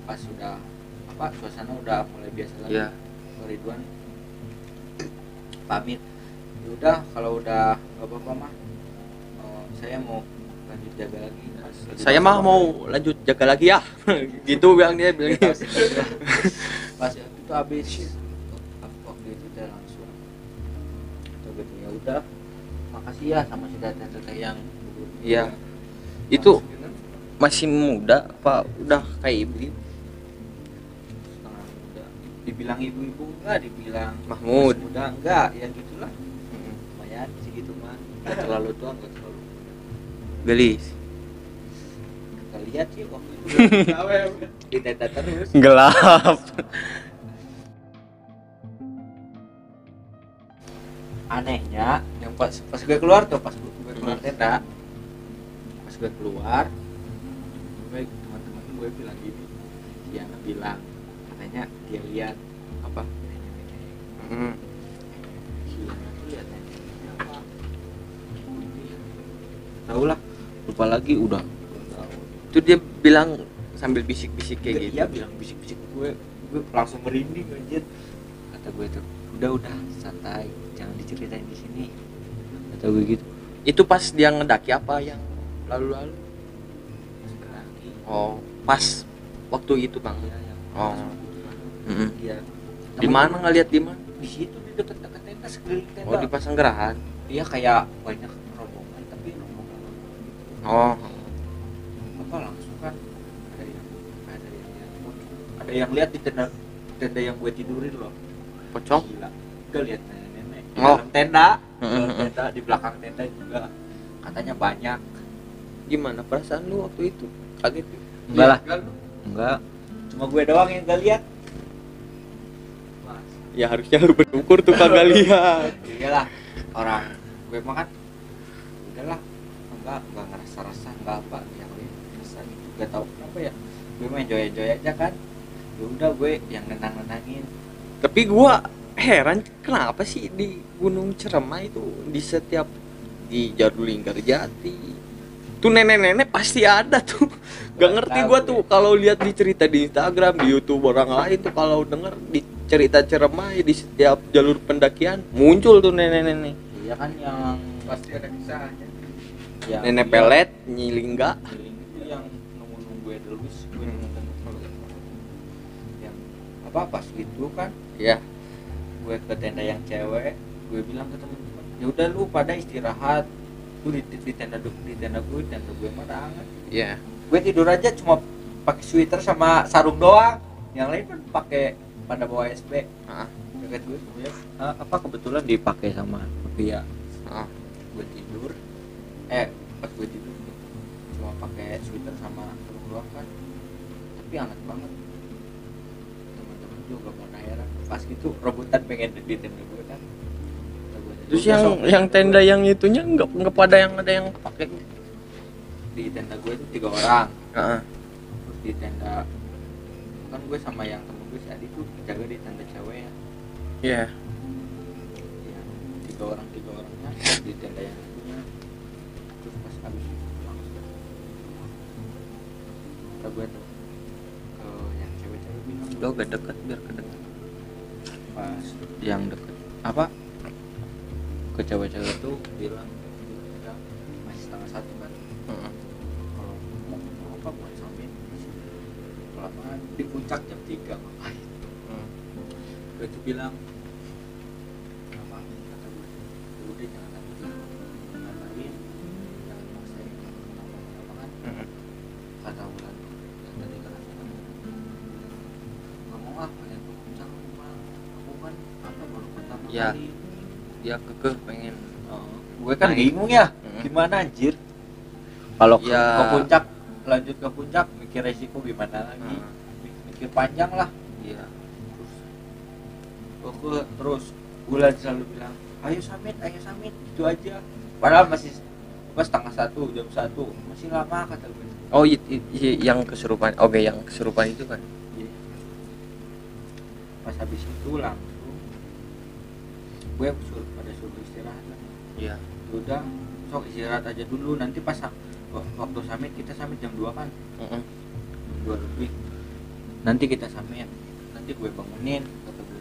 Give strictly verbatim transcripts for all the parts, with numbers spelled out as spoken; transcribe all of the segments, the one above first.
pas sudah apa suasana udah mulai biasa lagi Iya. Ridwan pamit ya udah kalau udah nggak apa-apa mah eh, saya mau lanjut jaga lagi. Pas lagi Saya mah mau lanjut jaga lagi ya. Gitu bilang dia bilang. Pas pas itu habis waktu itu saya langsung atau gitu ya udah makasih ya sama si teteh yang Iya. Itu masih muda apa udah kayak ibu? setengah muda dibilang ibu-ibu enggak dibilang Mahmud. masih muda enggak ya gitulah lumayan sih gitu mah nggak terlalu tua nggak terlalu muda. Gelis. Kita lihat sih waktu itu di tenda terus Gelap. anehnya yang pas pas gue keluar tuh pas gue keluar tenda pas gue keluar gue teman-teman gue bilang gini dia bilang katanya dia lihat apa nenek-nenek Hmm. Hilangnya tuh lihat nenek-neneknya apa tahu lah lupa lagi udah Itu dia bilang sambil bisik-bisik kayak gitu. dia bilang bisik-bisik gue gue langsung merinding anjir kata gue tuh udah udah santai jangan diceritain di sini kata gue gitu. Itu pas dia ngedaki apa yang lalu-lalu? Lagi Oh, pas waktu itu bang. dia yang Oh. Mm-mm. dia Di mana ngeliat di mana? di situ di dekat-dekat tenda sekeliling tenda. Oh, di Pasanggerahan. Dia kayak banyak rombongan tapi rombongan gitu. Oh. Apa langsung kan ada yang ada yang lihat ada yang lihat di tenda tenda yang gue tidurin loh. Pocong? Gila. Gue lihat nenek-nenek di Oh. dalam tenda, di dalam Mm-mm. tenda di belakang tenda juga katanya banyak. Gimana perasaan lu waktu itu? Kaget? Enggak lah. Iya. Enggak. Cuma gue doang yang gak lihat. Ya harusnya lu bersyukur tuh kagak lihat. Iyalah orang gue mah kan udahlah enggak enggak ngerasa rasa enggak apa yang lain rasa gitu gak tahu kenapa ya gue main enjoy enjoy aja kan ya udah gue yang nenang nenangin Tapi gua heran kenapa sih di Gunung Ciremai itu di setiap di Jarulinggarjati tuh nenek-nenek pasti ada tuh. Gak ngerti gua tuh kalau lihat di cerita di Instagram, di YouTube orang lain tuh kalau denger di cerita Ciremai di setiap jalur pendakian muncul tuh nenek-nenek. iya kan yang Pasti ada kisahnya. yang Nenek dia- pelet, nyilingga. itu yang nunggu nunggu gue terus gue Hmm. nunggu yang apa pas gitu kan Ya. gue ke tenda yang cewek gue bilang ke temen-temen ya udah lu pada istirahat lu di, di tenda di tenda gue di tenda gue mana hangat Ya. gue tidur aja cuma pakai sweater sama sarung doang yang lain kan pakai pada bawa S B Ah. dekat gue ya, ah, apa kebetulan dipakai sama dia Ah. gue tidur eh pas gue tidur cuma pakai sweater sama sarung doang kan tapi hangat banget teman-teman juga pada heran pas gitu rebutan pengen di tenda gue kan kata gue, Terus "Udah, yang sok." yang tenda yang itunya enggak enggak pada yang ada yang pakai. di tenda gue itu tiga orang Heeh. terus di tenda kan gue sama yang temen gue si Adi tuh jaga di tenda cewek ya Iya. ya, tiga orang tiga orangnya di tenda yang itunya terus pas habis itu langsung kata gue tuh ke yang cewek-cewek bilang Lo agak dekat biar kedengar. pas yang deket apa ke cewek-cewek tuh bilang ya, masih setengah satu kan Heeh. kalau mau mau apa mau sambil kelamaan di puncak jam tiga ngapain Hmm. gue tuh bilang apa kata gue "Ya udah jangan lagi ngapain jangan maksain ngomong-ngomong kan Heeh. kata Wulan yang tadi kan nggak mau ah pengen ke puncak aku mah aku kan apa baru pertama Ya. kali Dia kekeh pengen. oh, gue kan Naik. bingung ya Hmm. gimana anjir kalau ke, Ya. ke puncak lanjut ke puncak mikir resiko gimana lagi Heeh. mikir panjang lah Iya. terus gue terus Wulan selalu bilang ayo summit ayo summit itu aja padahal masih apa setengah satu jam satu masih lama kata gue Oh, i- i- i- yang kesurupan. Oke, yang kesurupan itu kan. Iya. Pas habis itu langsung gue suruh pada suruh istirahat kan. Iya. Udah sok istirahat aja dulu nanti pas sa- waktu summit kita summit jam dua kan Heeh. jam dua lebih nanti kita sampein, nanti gue bangunin kata gue.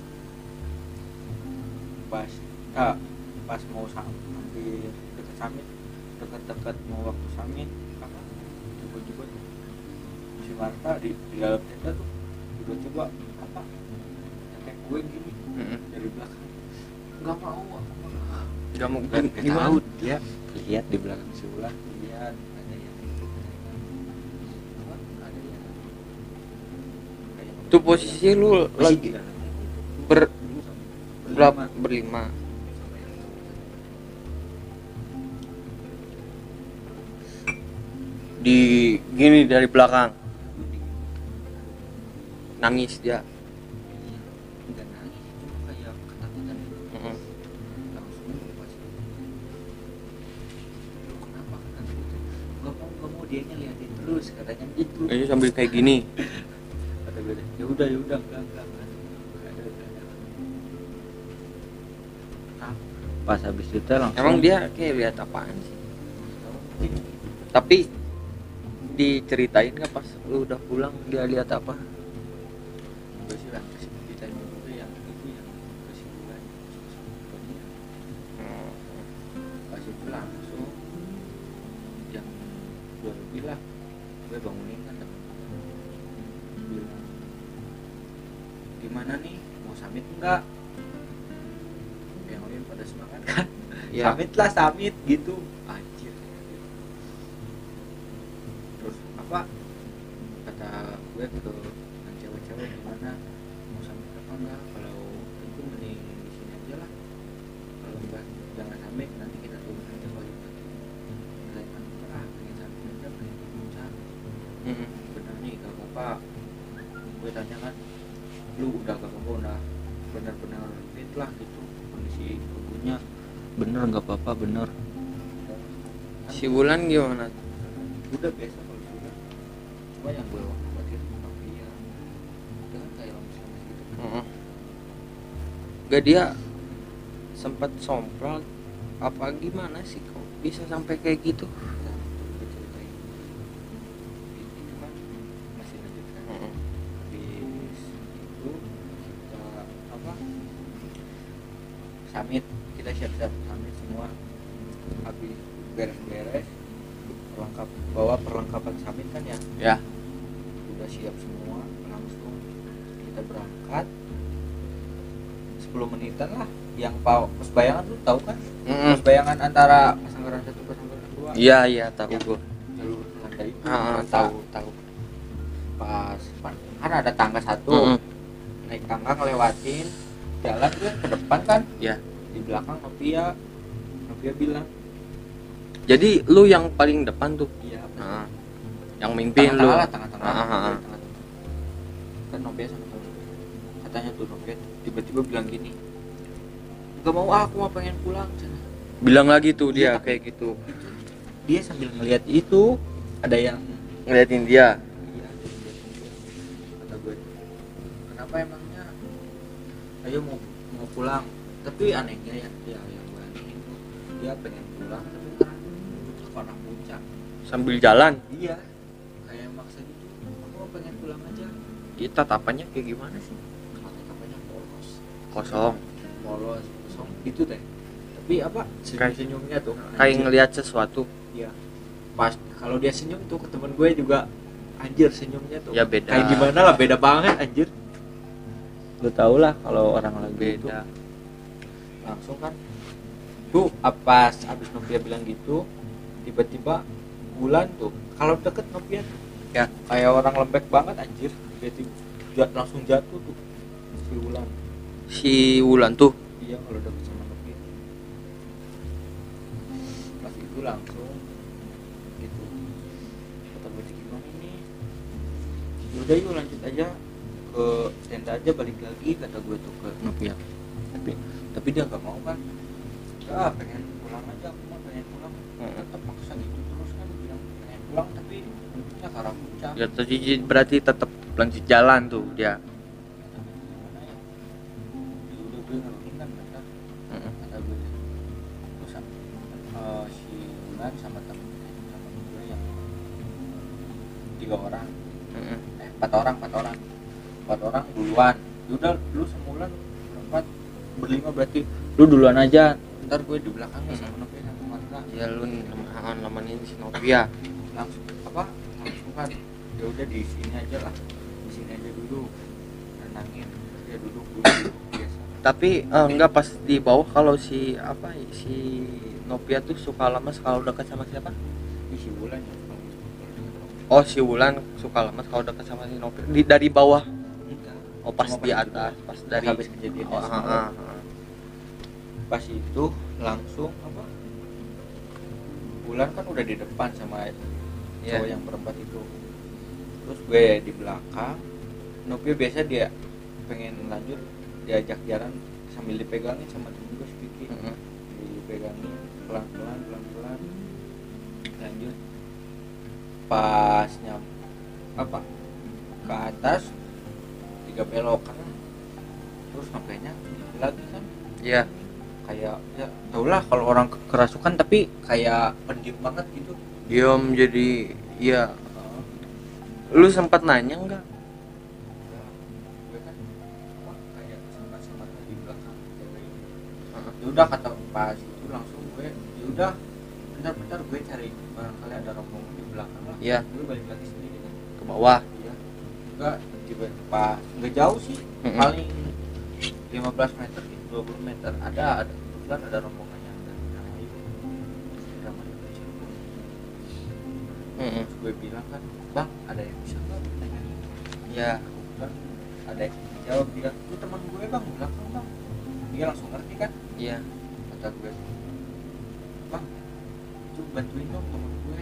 Pas ah, pas mau sam- hampir deket samit, dekat-dekat mau waktu samit apa tiba-tiba tuh si Marta di, di dalam tenda tuh tiba-tiba apa kayak gue gini Mm-mm. dari belakang, nggak mau aku mah. Nggak mau Kan gimana? nggak tahu dia lihat di belakang si Ulan, lihat ada yang itu Wah, ada yang kayak Tuh posisi lu masih lagi di dalam. ber Berlima. berapa berlima. Di gini dari belakang nangis dia. Nggak nangis, cuma kayak ketakutan gitu. Mm-mm. Langsung pas lu kenapa kata gitu, nggak mau nggak mau dia liatin terus katanya gitu. Ini sambil kayak gini. Kata gue ya udah ya udah enggak enggak enggak Nggak ada, nggak ada. Ah, pas habis itu langsung Emang dia kayak lihat apaan sih? mungkin Tapi diceritain nggak pas lu udah pulang dia lihat apa? gue sih langsung kasih ditanya juga yang itu yang kasih bulan Hmm. pas itu langsung jam dua lebih lah gue bangunin kan temen bilang gimana nih mau summit enggak, yang lain pada semangat kan Ya. summit lah summit gitu anjir. Terus apa kata gue ke yang cewek-cewek gimana mau summit apa enggak, kalau itu mending di sini aja lah, kalau enggak jangan summit nanti kita tunggu aja kalau itu kalian kan ah pengen summit aja pengen ke puncak. Mm-mm. Bener nih gak apa-apa, gue tanya kan lu udah gak apa-apa udah benar-benar fit lah gitu kondisi tubuhnya, bener gak apa-apa bener. Si Wulan gimana? Udah biasa kalau sudah, cuma yang gue khawatir Novia dia kan kayak lemes-lemes gitu. Heeh. Gak dia sempat sompral apa gimana sih kok bisa sampai kayak gitu? Nah, gue ceritain itu kan masih lanjut kan. Heeh. Habis itu kita apa summit, kita siap-siap summit semua, habis beres-beres perlengkap bawa perlengkapan summit kan ya, Ya. udah siap semua, langsung kita berangkat sepuluh menitan lah yang pau pos bayangan tuh tahu kan, Mm-mm. pos bayangan antara Pasanggaran satu Pasanggaran dua Iya iya tahu Yang gua. jalur landai itu Ah, kereta. tahu tahu. Pas kan ada tangga satu, Mm-mm. naik tangga ngelewatin jalan tuh ke depan kan, Ya. di belakang Novia Novia bilang Jadi lu yang paling depan tuh. iya Nah, yang mimpin lu. tengah-tengah lah tengah-tengah Ah, ah, ah. tengah-tengah. Kan Novia sama temen katanya tuh Novia tiba-tiba bilang gini, nggak mau ah, aku mau pengen pulang sana. Bilang lagi tuh Iya, dia tapi- kayak gitu. Dia sambil ngelihat itu ada yang Ngeliatin dia. iya kata gue kenapa emangnya, ayo mau mau pulang, tapi anehnya ya ya yang gue anehin tuh dia pengen pulang tapi ngarah ke arah puncak. Sambil jalan. Iya kayak maksa gitu, aku mau pengen pulang aja. Kita tatapannya kayak gimana sih? Katanya polos Kosong. polos kosong gitu deh, tapi apa senyum senyumnya tuh Kayak anjir. ngelihat sesuatu. Iya pas kalau dia senyum tuh ke temen gue juga anjir senyumnya tuh Ya beda. kayak gimana lah, beda banget anjir. Lu tau lah kalau orang lagi itu Beda. langsung kan tuh apa abis Novia bilang gitu tiba-tiba Bulan tuh kalau deket Novia tuh Ya. kayak orang lembek banget anjir, dia tiba, jat- langsung jatuh tuh si Bulan. Si Wulan tuh. Iya kalau deket sama Novia pas itu langsung gitu kata gue gimana nih, yaudah yuk lanjut aja ke tenda aja balik lagi kata gue tuh ke Novia, tapi tapi dia nggak mau kan, ah pengen pulang aja aku mah pengen pulang. Hmm. Tetap maksa gitu terus kan bilang pengen pulang tapi menunya ke arah puncak. Ya tadi berarti tetap lanjut jalan tuh dia. Tapi gimana ya, ya udah gue ngerutin kan mereka Mm-mm. kata gue terus uh, si Bulan sama temen sama gue yang tiga orang Mm-mm. eh empat orang empat orang empat orang duluan. Udah lu semulan berempat berlima berarti lu duluan aja, ntar gue di belakangnya sama Novia sama Marta. Ya lu namahan nemenin si Novia. Langsung apa langsung kan ya udah di sini aja lah, di sini aja dulu renangin, terus dia duduk dulu biasa. Tapi eh, enggak pas di bawah kalau si apa si Novia tuh suka lemas kalau dekat sama siapa? Ini si Wulan ya suka Oh si Wulan suka lemas kalau dekat sama si Novia di dari bawah. enggak. Oh pas Cuma di pas atas, itu, pas dari habis kejadian oh, semalam. ah, ah, ah. Pas itu langsung apa Wulan kan udah di depan sama Iya. cowok yang berempat itu, terus gue di belakang. Novia biasa dia pengen lanjut diajak jalan sambil dipegangin sama temen gue si Vicky. Mm-hmm. Dipegangin pelan-pelan pelan-pelan lanjut pas nyam apa ke atas tiga belokan terus sampainya lagi kan Iya. kayak ya tau lah kalau orang ke- kerasukan tapi kayak pendiam banget gitu. Diam jadi iya. Uh, Lu sempat nanya enggak? udah, gue kan apa, kayak sama-sama di belakang jagain. Heeh. Ya udah kata pas itu langsung gue ya udah bentar-bentar gue cari barangkali ada rombongan di belakang lah. Iya. Gue balik lagi sendiri kan. Ke bawah. Iya. Enggak tiba pas nggak jauh sih, Mm-mm. paling lima belas meter gitu, dua puluh meter ada ada kebetulan ada rombongannya dari Indramayu. Indramayu ke Cirebon. Heeh. Terus gue bilang kan, bang ada yang bisa nggak tanya ini? Iya. Kan ada yang jawab dia, itu teman gue bang belakang bang. Dia langsung ngerti kan, Iya. kata gue, bang itu bantuin dong teman gue.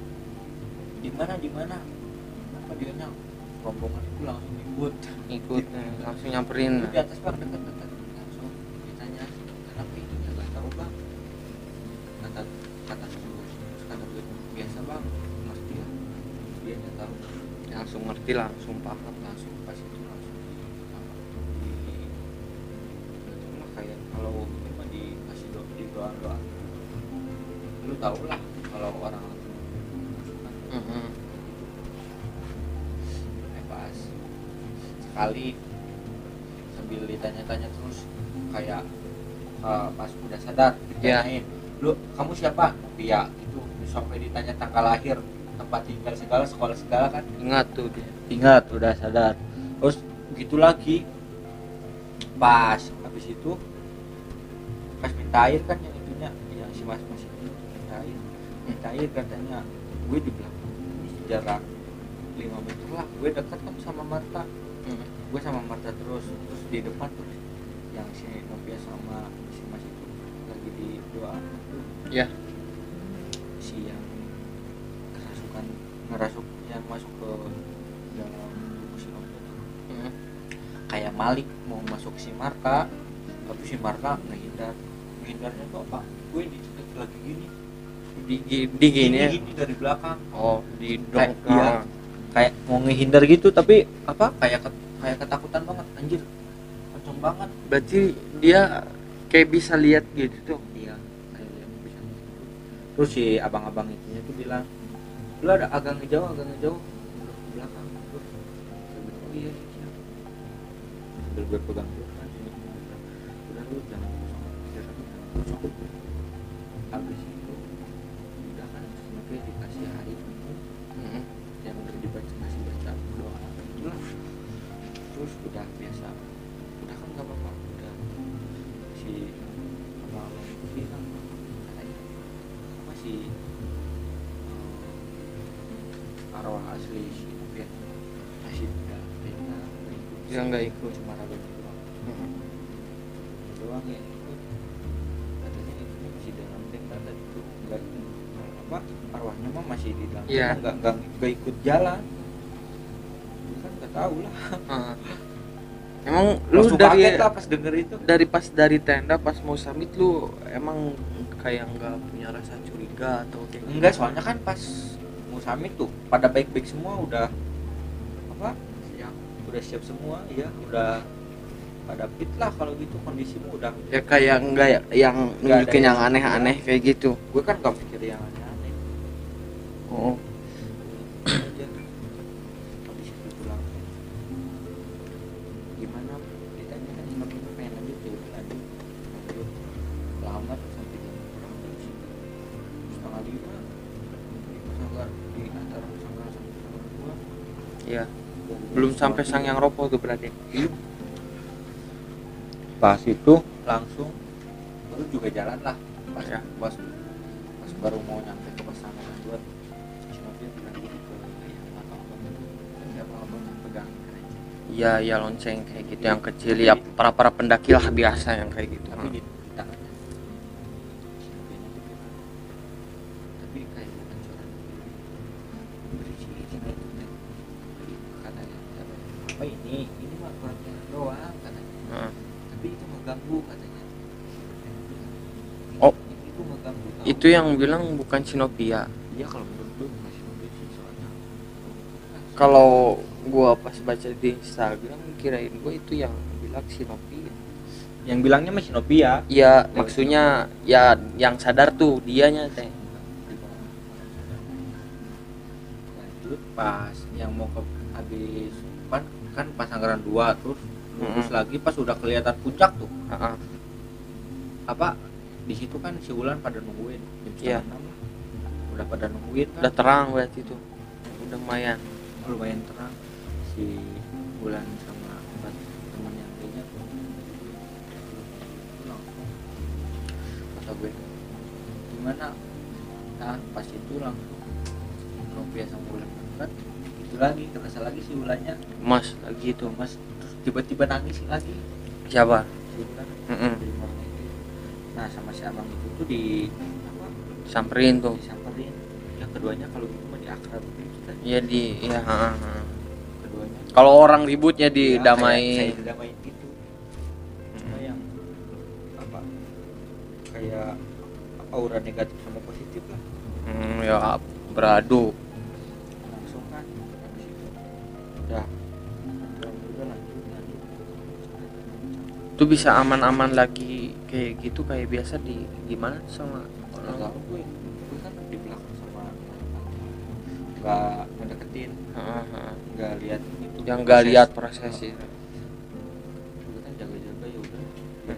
Di mana di mana? Apa dia nyang? Rombongan itu langsung ikut. Ikut eh, langsung nyamperin. Itu di atas bang dekat-dekat langsung ditanya kenapa ini ya nggak tahu bang, kata kata terus terus kata gue biasa bang ngerti lah dia nggak tahu Langsung ngerti langsung paham. langsung pas itu langsung di apa di itu mah kayak kalau ini mah dikasih doa di doa doa lu tau lah kalau orang kan Heeh. eh pas sekali sambil ditanya-tanya terus kayak uh, pas udah sadar ditanyain lu kamu siapa dia itu sampai ditanya tanggal lahir tempat tinggal segala sekolah segala kan Ingat tuh dia. ingat udah sadar terus gitu lagi pas habis itu pas minta air kan yang itunya yang si mas mas itu minta air minta air katanya gue di belakang ini jarak lima meter lah gue dekat kan sama Marta. Heeh. Gue sama Marta terus terus di depan terus yang si Novia sama si mas itu lagi di doa Iya. si yang kerasukan ngerasuk yang masuk ke dalam tubuh si Novia tuh Heeh. kayak Malik mau masuk si Marta tapi si Marta ngehindar menghindarnya tuh apa gue di lagi gini Di di, di gini ya. gini dari belakang Oh, di Kayak- dong. iya. kayak mau ngehindar gitu tapi apa kayak ket- kayak ketakutan banget anjir kenceng banget Berarti dia kayak bisa lihat gitu tuh. iya kayak yang bisa gitu. Terus si abang-abang itunya tuh bilang lu ada agak ngejauh agak ngejauh Lu ke belakang terus saya bilang oh iya iya sambil gue pegang tuh kan sini udah lu jangan kosong jangan kosong habis itu udah kan sampai dikasih air Heeh. yang udah dibaca kasih baca doa itulah terus udah biasa udah kan nggak apa-apa udah si apa itu bilang katanya apa sih eh, arwah asli si Novia masih nggak kita nggak ikut Dia nggak ikut. cuma raganya doang Heeh. doang yang ikut katanya itu masih dalam tenda tadi itu nggak apa arwahnya mah masih di dalam Iya. tenda nggak nggak nggak ikut jalan itu kan nggak tahu lah Heeh. Emang lu langsung dari kaget lah pas denger itu dari pas dari tenda pas mau summit lu emang kayak nggak punya rasa curiga atau kayak enggak soalnya kan pas mau summit tuh pada baik-baik semua udah apa siap udah siap semua ya udah pada fit lah kalau gitu kondisimu udah ya kayak enggak ya yang Nggak ada nunjukin yang yang- aneh-aneh kayak gitu. gue kan gak mikir yang aneh-aneh Oh. aja habis itu pulang Iya. Belum sampai sang yang ropo tuh berarti. Pas itu langsung baru juga jalan lah pas Ya. pas, pas baru mau nyampe ke pesanan buat si mobil bilang gitu ke yang apa apa gitu kan nggak apa apa pegang aja Iya, ya lonceng kayak gitu yang kecil ya, para para pendaki lah biasa yang kayak gitu. tapi di tangannya si mobilnya tuh bilang tapi kayak bukan suara berisi cina itu teh katanya apa ini ini mah pelatih doang katanya Heeh. tapi itu mengganggu katanya. Oh. Itu mengganggu tau. Itu yang bilang bukan Sinopia. Iya kalau menurut gue masih mobil sih soalnya. Kalau gua pas baca di Instagram kirain gua itu yang bilang Sinopia. Yang bilangnya masih Novia. Iya, maksudnya ya yang sadar tuh dianya teh. Lanjut pas yang mau ke habis kan kan Pasanggaran dua terus lurus Mm-mm. lagi pas udah kelihatan puncak tuh. Heeh. Apa di situ kan si Wulan pada nungguin jam Iya. setengah enam lah. Udah pada nungguin kan. Udah terang berarti itu. Udah lumayan. Lumayan terang si Wulan sama empat teman yang lainnya tuh langsung kata gue gimana nah pas itu langsung Novia sama Wulan berangkat itu lagi kerasa lagi si Wulannya Mas lagi itu. mas terus tiba-tiba nangis lagi Siapa? si Wulan Heeh. dari orang itu nah sama si abang itu tuh di apa Samperin tuh. disamperin ya keduanya kalau gitu mah diakrab gitu kan Iya di iya, heeh, heeh. keduanya Kalau orang ributnya ya, kayak- didamain. kayak didamain gitu cuma yang apa kayak apa aura negatif sama positif lah Hmm, ya beradu. langsung kan habis itu udah udah lanjut lanjut Itu bisa aman-aman lagi kayak gitu kayak biasa di gimana sama nggak orang. tahu gue gue kan di belakang sama nggak ngedeketin Heeh, heeh. nggak lihat itu Yang nggak proses. lihat proses itu. Gue kan jaga-jaga ya udah gila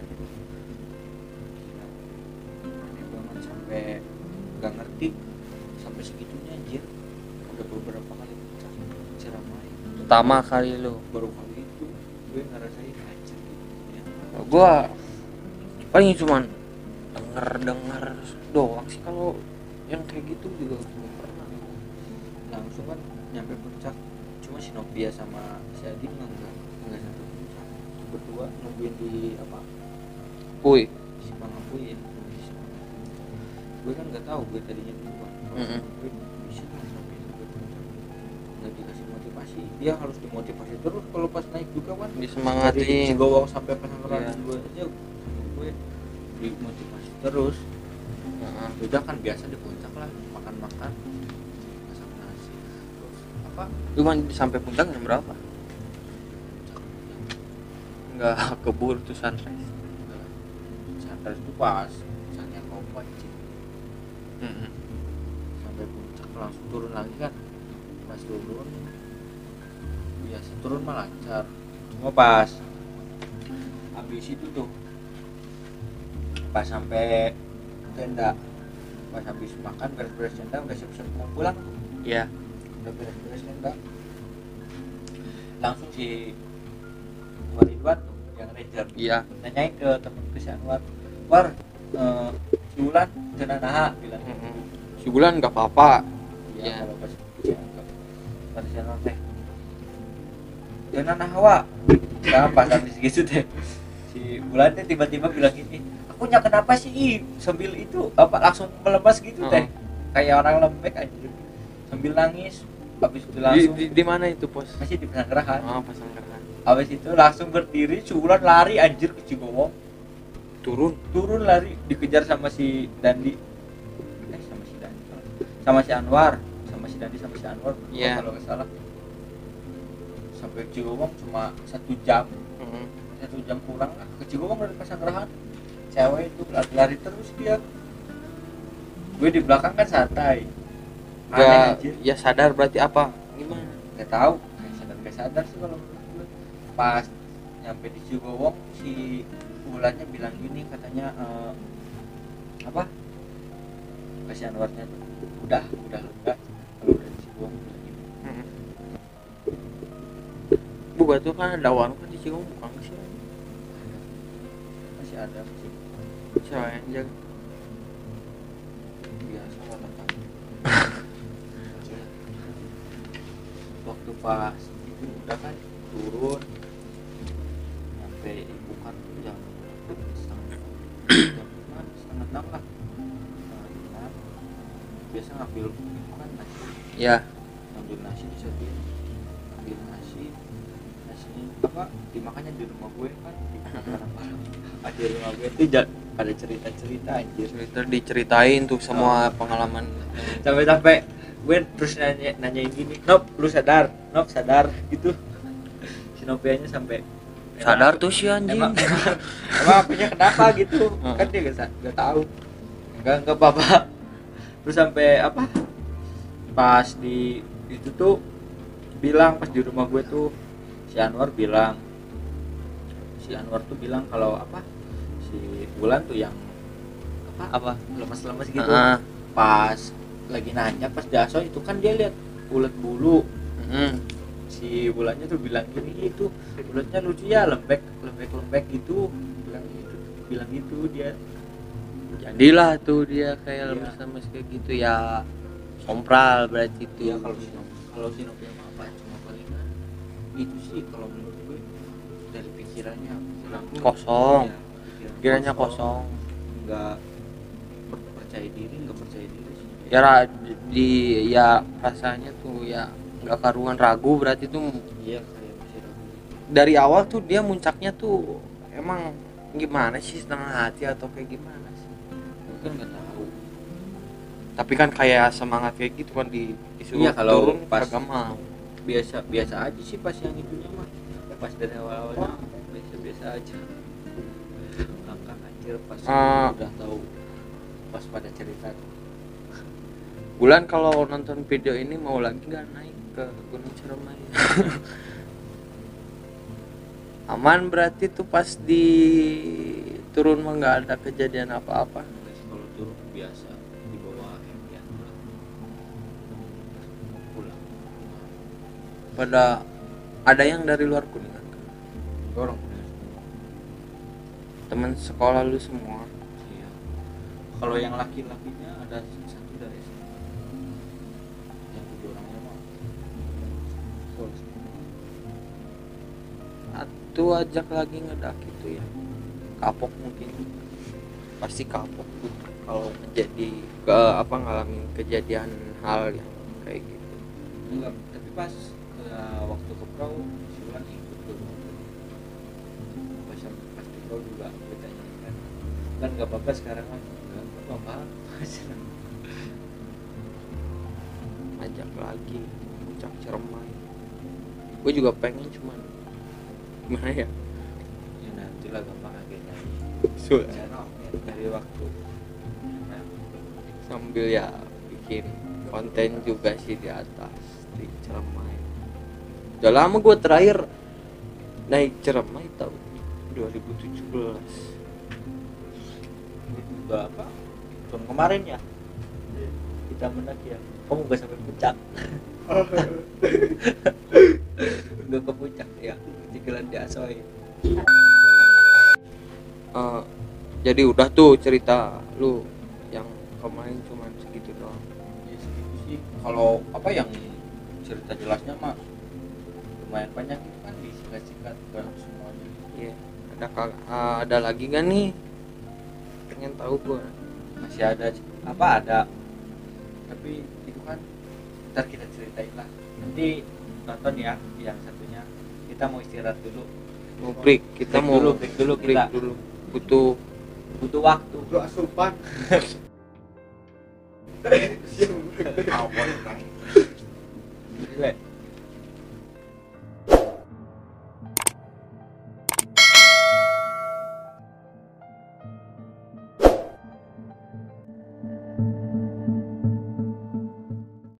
aneh banget sampai nggak ngerti sampai segitunya anjir udah beberapa kali pecah Ciremai Pertama kali lu. baru kali itu gue ngerasain anjir gitu ya Gua paling cuman denger denger doang sih kalau yang kayak gitu juga belum pernah. langsung kan nyampe puncak cuma si Novia sama si Adi nggak nggak nggak sampai puncak itu berdua nungguin di apa Puy. si Mangapuin di Simangapuin. Gue kan nggak tahu gue tadinya duluan kalau Mm-mm. gue bisa nggak sampai sampai puncak nggak dikasih motivasi dia harus dimotivasi terus kalau pas naik juga kan dari Disemangatin. Cigowong sampai Pasanggaran Iya. dua aja sama gue dimotivasi terus Heeh. udah kan biasa di puncak lah makan-makan masak nasi terus apa Lu man sampai puncak jam berapa? puncak yang Enggak keburu tuh sunrise. sunrise itu pas misalnya kau wajib Heeh. sampai puncak langsung turun lagi kan pas turun biasa turun mah lancar cuma pas habis itu tuh pas sampai tenda pas habis makan beres-beres tenda udah siap-siap mau pulang tuh Iya. udah beres-beres tenda langsung si Ridwan tuh yang ranger Iya. nanyain ke temen ke si Anwar War eh, si Wulan cenah naha bilang Heeh. Sebulan enggak apa-apa. ya Iya. kalau pas si Anwar pas si Anwar teh cenah naha wa nah pas habis gitu teh si Wulan teh tiba-tiba bilang gini aku nya kenapa sih Ih, sambil itu apa langsung melemas gitu teh Heeh. kayak orang lembek anjir sambil nangis habis itu Di, langsung di, di mana itu pos? masih di Pesanggerahan Oh, Pasanggaran. habis itu langsung berdiri si Wulan lari anjir ke Cigowong Turun. turun lari dikejar sama si Dandi eh sama si Dandi sama si Anwar sama si Dandi sama si Anwar Iya. kalau nggak salah sampai Cigowong cuma satu jam Heeh. satu jam kurang lah ke Cigowong dari Pasanggrahan cewek itu lari-lari terus dia gue di belakang kan santai aneh Enggak anjir ya sadar berarti apa? Gimana? nggak tahu kayak sadar nggak sadar sih kalau menurut gue pas nyampe di Cigowong si Wulannya bilang gini katanya eh, apa kasihan Anwarnya tuh udah udah lega kalau udah di Cigowong bilang gini Heeh. gua tuh kan ada warung kan di Cigong bukan sih. Masih ada sih. Siapa yang jaga? Biasa lah kan. Waktu pas itu udah kan turun sampai ibu kan jam setengah jam lima setengah enam lah setengah enam biasa ngambil itu kan nasi Ya, ngambil nasi di situ ambil nasi nasinya apa dimakannya di rumah gue kan di barang-barang ada di rumah gue itu ja- ada cerita-cerita anjir cerita diceritain tuh semua pengalaman. sampai-sampai gue terus nanya nanyain gini Nop lu sadar Nop sadar gitu si Nopianya sampai Sadar tuh si anjing. emang emang, emang akunya kenapa gitu kan dia gak, gak tahu enggak enggak apa-apa terus sampai apa pas di itu tuh bilang pas di rumah gue tuh si Anwar bilang si Anwar tuh bilang kalau apa si Bulan tuh yang apa Apa? lemas-lemas gitu Heeh. pas lagi nanya pas daso itu kan dia lihat ulet bulu Heeh. si Bulannya tuh bilang gini itu uletnya lucu ya lembek lembek lembek gitu bilang gitu bilang gitu dia Jadilah tuh dia kayak Iya. lemes-lemes kayak gitu ya. Sompral berarti itu. ya kalau si kalau si Nokia mah apa cuma palingan itu sih kalau menurut gue dari pikirannya pikiran gue, Kosong. ya, pikiran Kiranya kosong. nggak per- percaya diri nggak percaya diri sih Ya ra- di ya rasanya tuh ya nggak karuan ragu berarti tuh iya kayak masih ragu dari awal tuh dia muncaknya tuh emang gimana sih setengah hati atau kayak gimana sih? kan nggak tahu Tapi kan kayak semangat kayak gitu kan di disuruh Iya, kalau turun pas- kagak mau. biasa biasa aja sih pas yang itunya mah pas dari awal awalnya biasa biasa aja langkah anjir pas Ah. udah tahu pas pada cerita Bulan kalau nonton video ini mau lagi nggak naik ke Gunung Ciremai? Aman berarti tuh pas di turun mah nggak ada kejadian apa-apa. guys kalau turun biasa di bawah impian pulang pulang Pada ada yang dari luar Kuningan kan? dorong udah semua Temen sekolah lu semua. iya kalau yang laki-lakinya ada satu dari S M A yang kedua orangnya mah sekolah semua. Atau ajak lagi ngedak itu ya. Kapok mungkin. Pasti kapok tuh kalau jadi ke apa ngalamin kejadian hal yang kayak gitu. enggak tapi pas uh, waktu ke perahu si Ulan ikut ke pas pas di perahu juga ditanya kan kan nggak apa-apa sekarang kan nggak apa-apa Ajak lagi puncak Ciremai. Gue juga pengen cuman gimana ya? ya nanti lah gampang akhirnya Sulit. dari waktu nah, Sambil ya bikin konten juga sih di atas di Ciremai. Udah lama gue terakhir naik Ciremai tahun dua ribu tujuh belas. itu juga apa tahun kemarin ya kita mendaki ya kamu nggak sampai puncak nggak ke puncak ya ketinggalan di Asoy Eh, jadi udah tuh cerita lu yang kemarin cuman segitu doang. ya segitu sih kalau apa yang cerita jelasnya mah lumayan banyak itu kan disingkat-singkat ke semuanya Iya. Ada ka- eh, ada lagi gak nih? Pengen tahu gua. masih ada apa ada tapi itu kan ntar kita ceritain lah nanti nonton ya yang satunya kita mau istirahat dulu Mau break, kita Break mau dulu, break dulu break kita. dulu. Butuh butuh waktu Lu asupan. Relek.